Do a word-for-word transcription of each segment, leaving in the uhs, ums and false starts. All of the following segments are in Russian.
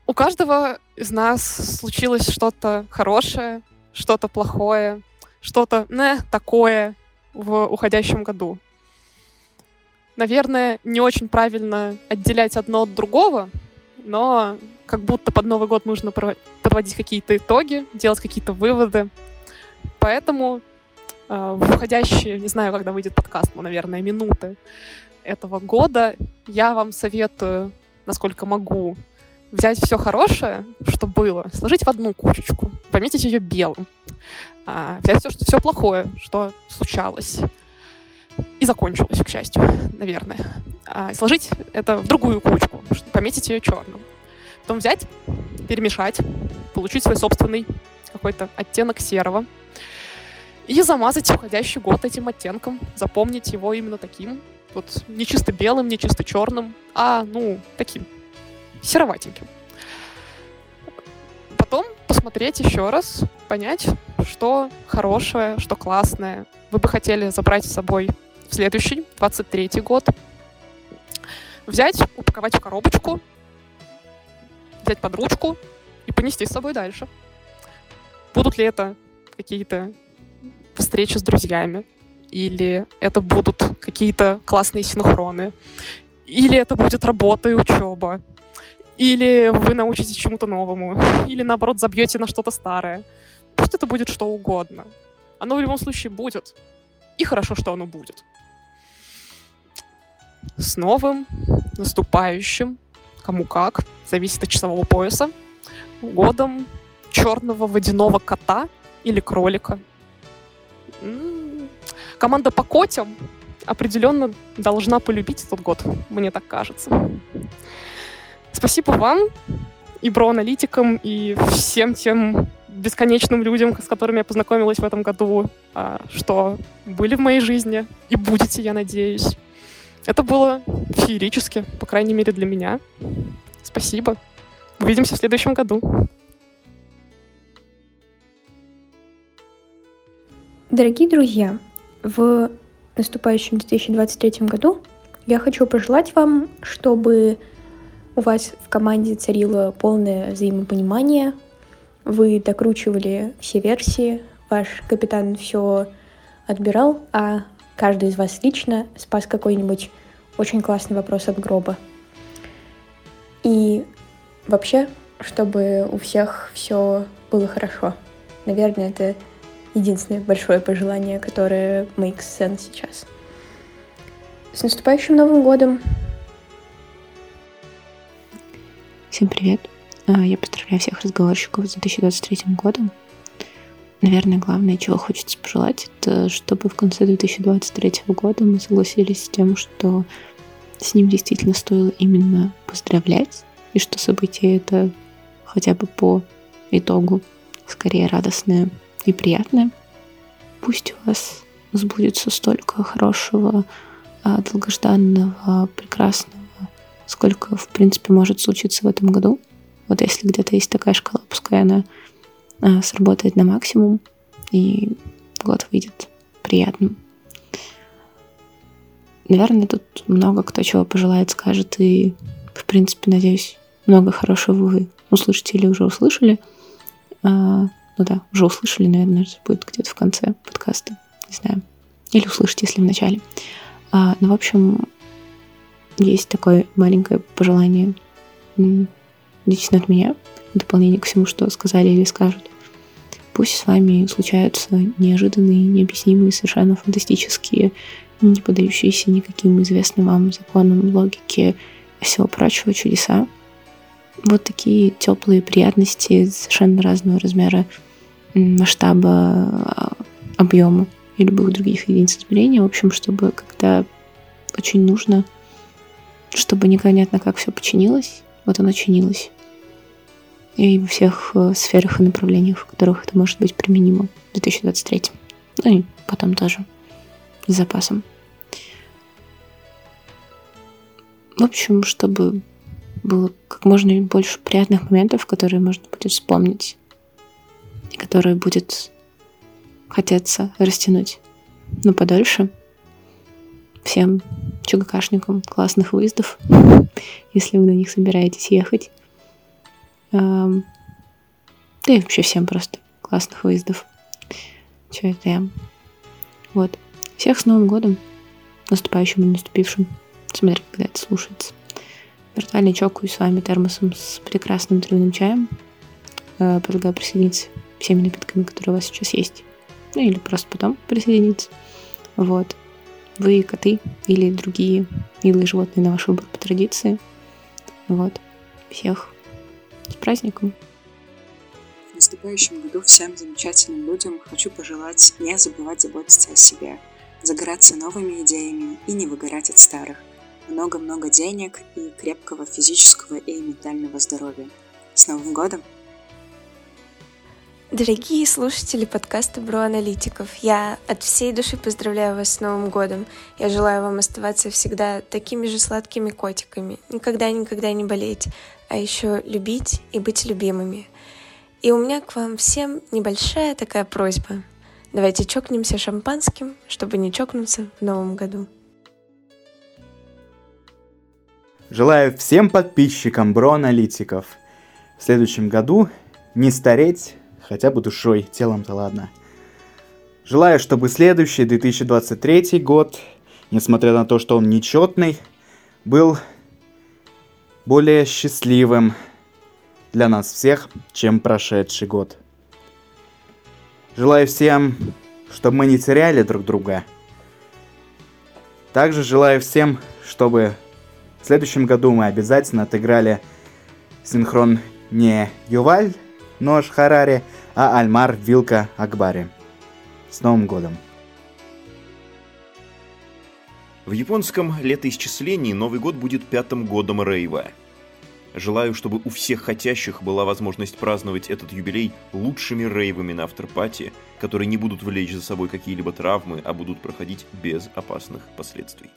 У каждого из нас случилось что-то хорошее, что-то плохое, что-то не такое в уходящем году. Наверное, не очень правильно отделять одно от другого, но как будто под Новый год нужно подводить какие-то итоги, делать какие-то выводы. Поэтому э, в уходящие, не знаю, когда выйдет подкаст, но, наверное, минуты этого года я вам советую, насколько могу, взять все хорошее, что было, сложить в одну кучечку, пометить ее белым, а, взять все, что, все плохое, что случалось и закончилось, к счастью, наверное, а, сложить это в другую кучку, пометить ее черным. Потом взять, перемешать, получить свой собственный какой-то оттенок серого и замазать уходящий год этим оттенком, запомнить его именно таким, вот не чисто белым, не чисто черным, а, ну, таким, сероватеньким. Потом посмотреть еще раз, понять, что хорошее, что классное вы бы хотели забрать с собой в следующий, двадцать третий год. Взять, упаковать в коробочку, взять под ручку и понести с собой дальше. Будут ли это какие-то встречи с друзьями, или это будут какие-то классные синхроны, или это будет работа и учеба, или вы научитесь чему-то новому, или, наоборот, забьете на что-то старое. Пусть это будет что угодно. Оно в любом случае будет. И хорошо, что оно будет. С новым, наступающим, кому как, зависит от часового пояса, годом черного водяного кота или кролика. М-м-м. Команда по котям определенно должна полюбить этот год, мне так кажется. Спасибо вам, и бро-аналитикам, и всем тем бесконечным людям, с которыми я познакомилась в этом году, что были в моей жизни и будете, я надеюсь. Это было феерически, по крайней мере для меня. Спасибо. Увидимся в следующем году. Дорогие друзья, в наступающем две тысячи двадцать третьем году я хочу пожелать вам, чтобы у вас в команде царило полное взаимопонимание, вы докручивали все версии, ваш капитан все отбирал, а каждый из вас лично спас какой-нибудь очень классный вопрос от гроба. И вообще, чтобы у всех все было хорошо. Наверное, это единственное большое пожелание, которое makes sense сейчас. С наступающим Новым годом! Всем привет! Я поздравляю всех разговорщиков с две тысячи двадцать третьим годом. Наверное, главное, чего хочется пожелать, это чтобы в конце две тысячи двадцать третьего года мы согласились с тем, что с ним действительно стоило именно поздравлять, и что событие это хотя бы по итогу скорее радостное и приятное. Пусть у вас сбудется столько хорошего, долгожданного, прекрасного, сколько, в принципе, может случиться в этом году. Вот если где-то есть такая шкала, пускай она а, сработает на максимум, и год выйдет приятным. Наверное, тут много кто чего пожелает, скажет, и, в принципе, надеюсь, много хорошего вы услышите или уже услышали. А, ну да, уже услышали, наверное, это будет где-то в конце подкаста, не знаю. Или услышите, если в начале. А, ну, в общем, есть такое маленькое пожелание лично от меня, в дополнение к всему, что сказали или скажут. Пусть с вами случаются неожиданные, необъяснимые, совершенно фантастические, не поддающиеся никаким известным вам законам, логике и всего прочего чудеса. Вот такие теплые приятности совершенно разного размера, масштаба, объема и любых других единиц измерения. В общем, чтобы когда очень нужно, чтобы непонятно как все починилось, вот оно чинилось. И во всех сферах и направлениях, в которых это может быть применимо в две тысячи двадцать третьем. Ну и потом тоже с запасом. В общем, чтобы было как можно больше приятных моментов, которые можно будет вспомнить и которые будет хотеться растянуть, но подольше. Всем ЧГКшникам классных выездов, если вы на них собираетесь ехать. Эм, да и вообще всем просто классных выездов. Чё это я? Вот. Всех с Новым годом. Наступающим и наступившим. Смотри, когда это слушается. Виртуально чокаюсь с вами термосом с прекрасным травяным чаем. Э, предлагаю присоединиться всеми напитками, которые у вас сейчас есть. Ну или просто потом присоединиться. Вот. Вы коты или другие милые животные на ваш выбор по традиции. Вот. Всех с праздником. В наступающем году всем замечательным людям хочу пожелать не забывать заботиться о себе, загораться новыми идеями и не выгорать от старых. Много-много денег и крепкого физического и ментального здоровья. С Новым годом! Дорогие слушатели подкаста Бро Аналитиков, я от всей души поздравляю вас с Новым годом. Я желаю вам оставаться всегда такими же сладкими котиками, никогда-никогда не болеть, а еще любить и быть любимыми. И у меня к вам всем небольшая такая просьба. Давайте чокнемся шампанским, чтобы не чокнуться в Новом году. Желаю всем подписчикам Бро Аналитиков в следующем году не стареть, хотя бы душой, телом-то ладно. Желаю, чтобы следующий две тысячи двадцать третий год, несмотря на то, что он нечетный, был более счастливым для нас всех, чем прошедший год. Желаю всем, чтобы мы не теряли друг друга. Также желаю всем, чтобы в следующем году мы обязательно отыграли синхрон не Юваль Нож Харари, а Альмар Вилка Акбари. С Новым годом! В японском летоисчислении Новый год будет пятым годом рейва. Желаю, чтобы у всех хотящих была возможность праздновать этот юбилей лучшими рейвами на авторпати, которые не будут влечь за собой какие-либо травмы, а будут проходить без опасных последствий.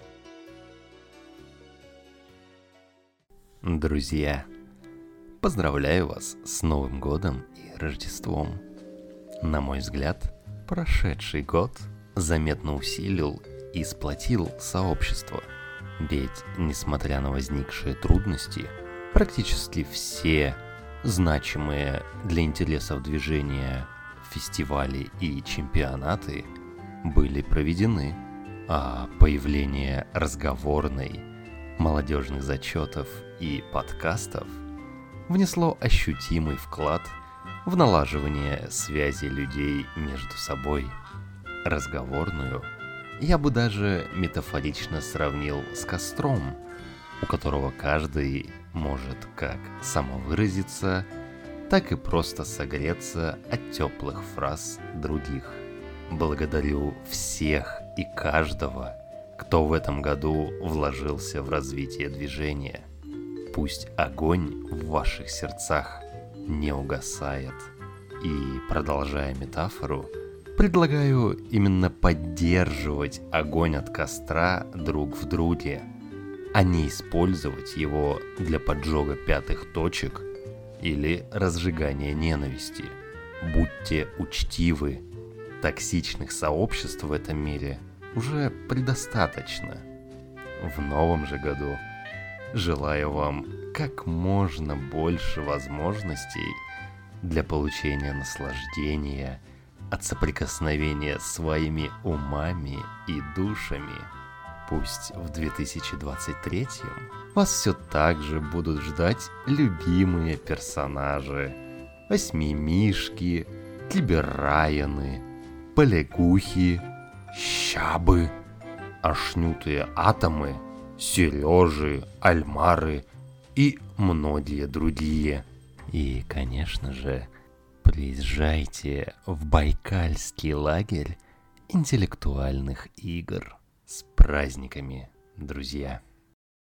Друзья, поздравляю вас с Новым годом и Рождеством. На мой взгляд, прошедший год заметно усилил и сплотил сообщество. Ведь, несмотря на возникшие трудности, практически все значимые для интересов движения фестивали и чемпионаты были проведены, а появление разговорной, молодежных зачетов и подкастов внесло ощутимый вклад в налаживание связи людей между собой. Разговорную я бы даже метафорично сравнил с костром, у которого каждый может как самовыразиться, так и просто согреться от теплых фраз других. Благодарю всех и каждого, кто в этом году вложился в развитие движения. Пусть огонь в ваших сердцах не угасает. И, продолжая метафору, предлагаю именно поддерживать огонь от костра друг в друге, а не использовать его для поджога пятых точек или разжигания ненависти. Будьте учтивы. Токсичных сообществ в этом мире уже предостаточно. В новом же году желаю вам как можно больше возможностей для получения наслаждения от соприкосновения с своими умами и душами. Пусть в две тысячи двадцать третьем вас все так же будут ждать любимые персонажи: Восьмимишки, Киберрайаны, Полегухи, Щабы, Ошнютые Атомы, Сережи, Альмары и многие другие. И, конечно же, приезжайте в Байкальский лагерь интеллектуальных игр. С праздниками, друзья!